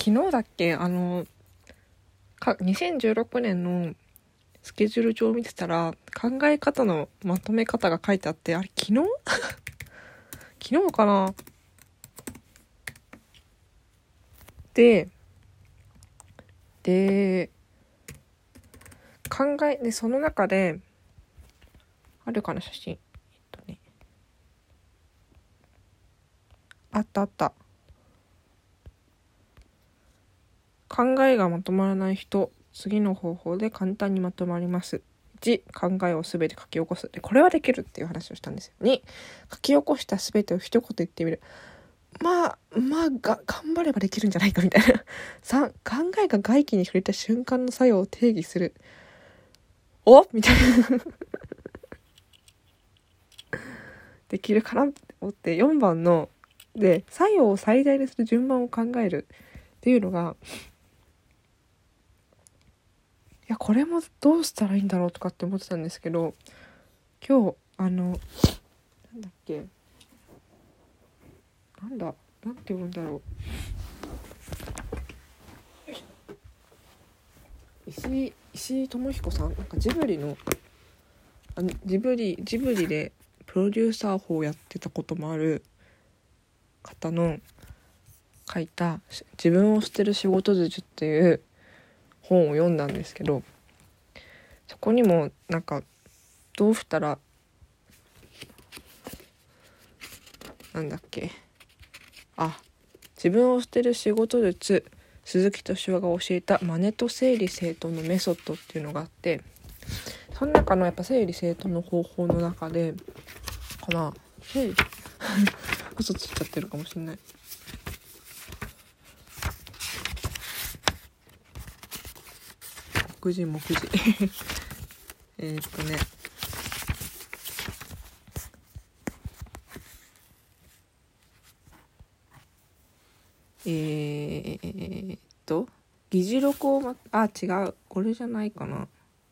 昨日だっけ2016年のスケジュール帳を見てたら考え方のまとめ方が書いてあって、あれ昨日昨日かな。でその中であるかな、写真。あった。考えがまとまらない人、次の方法で簡単にまとまります。1、考えをすべて書き起こす。で、これはできるっていう話をしたんですよ。2、書き起こしたすべてを一言言ってみる。頑張ればできるんじゃないかみたいな。3、考えが外気に触れた瞬間の作用を定義する。みたいな。できるかなって思って、4番ので作用を最大にする順番を考えるっていうのが、いやこれもどうしたらいいんだろうとかって思ってたんですけど、今日なんて読むんだろう。石井智彦さん、なんかジブリでプロデューサー法をやってたこともある方の書いた自分を捨てる仕事術っていう本を読んだんですけど、そこにもなんかどうしたら自分を捨てる仕事術、鈴木敏夫が教えたマネと整理整頓のメソッドっていうのがあって、その中のやっぱ整理整頓の方法の中で嘘ついちゃってるかもしれない。目次議事録を違う、これじゃないかな。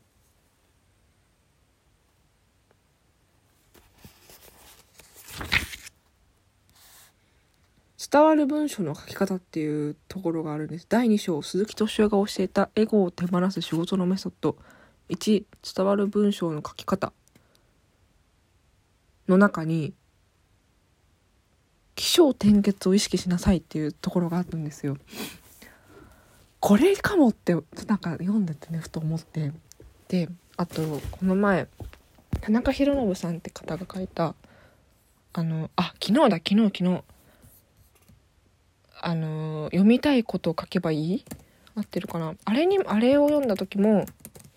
伝わる文章の書き方っていうところがあるんです。第2章、鈴木敏夫が教えたエゴを手放す仕事のメソッド。1、伝わる文章の書き方の中に起承転結を意識しなさいっていうところがあるんですよ。これかもってなんか読んでてね、ふと思って。で、あとこの前田中宏信さんって方が書いた昨日読みたいことを書けばいい？合ってるかな？あれを読んだ時も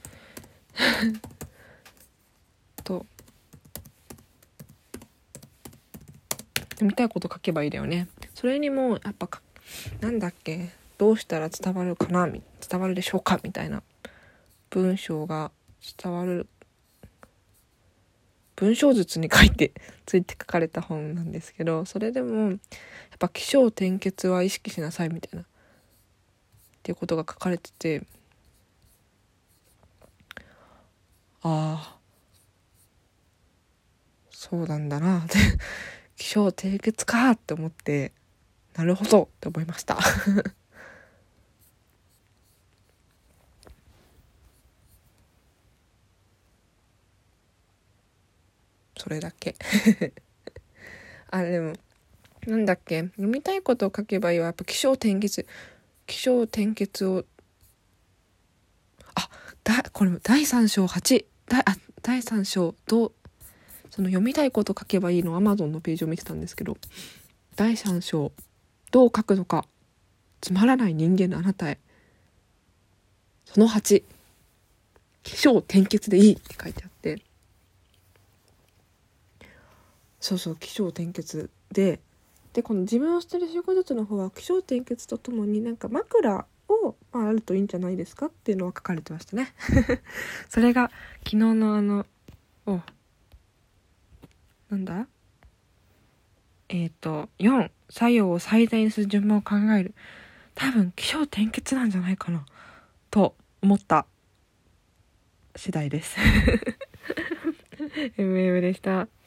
読みたいこと書けばいいだよね。それにもやっぱどうしたら伝わるでしょうかみたいな文章が伝わる文章術について書かれた本なんですけど、それでもやっぱ起承転結は意識しなさいみたいなっていうことが書かれてて、そうなんだなって起承転結かって思って、なるほどって思いましたそれだけでも読みたいことを書けばいいわ。やっぱ起承転結をこれ第3章とその読みたいことを書けばいいの Amazon のページを見てたんですけど、第3章どう書くのか、つまらない人間のあなたへ、その8、起承転結でいいって書いてあって、そう起承転結でこの自分を捨てる仕事術の方は起承転結とともになんか枕を、あるといいんじゃないですかっていうのが書かれてましたねそれが昨日の4、作用を最大にする順番を考える。多分起承転結なんじゃないかなと思った次第ですMM でした。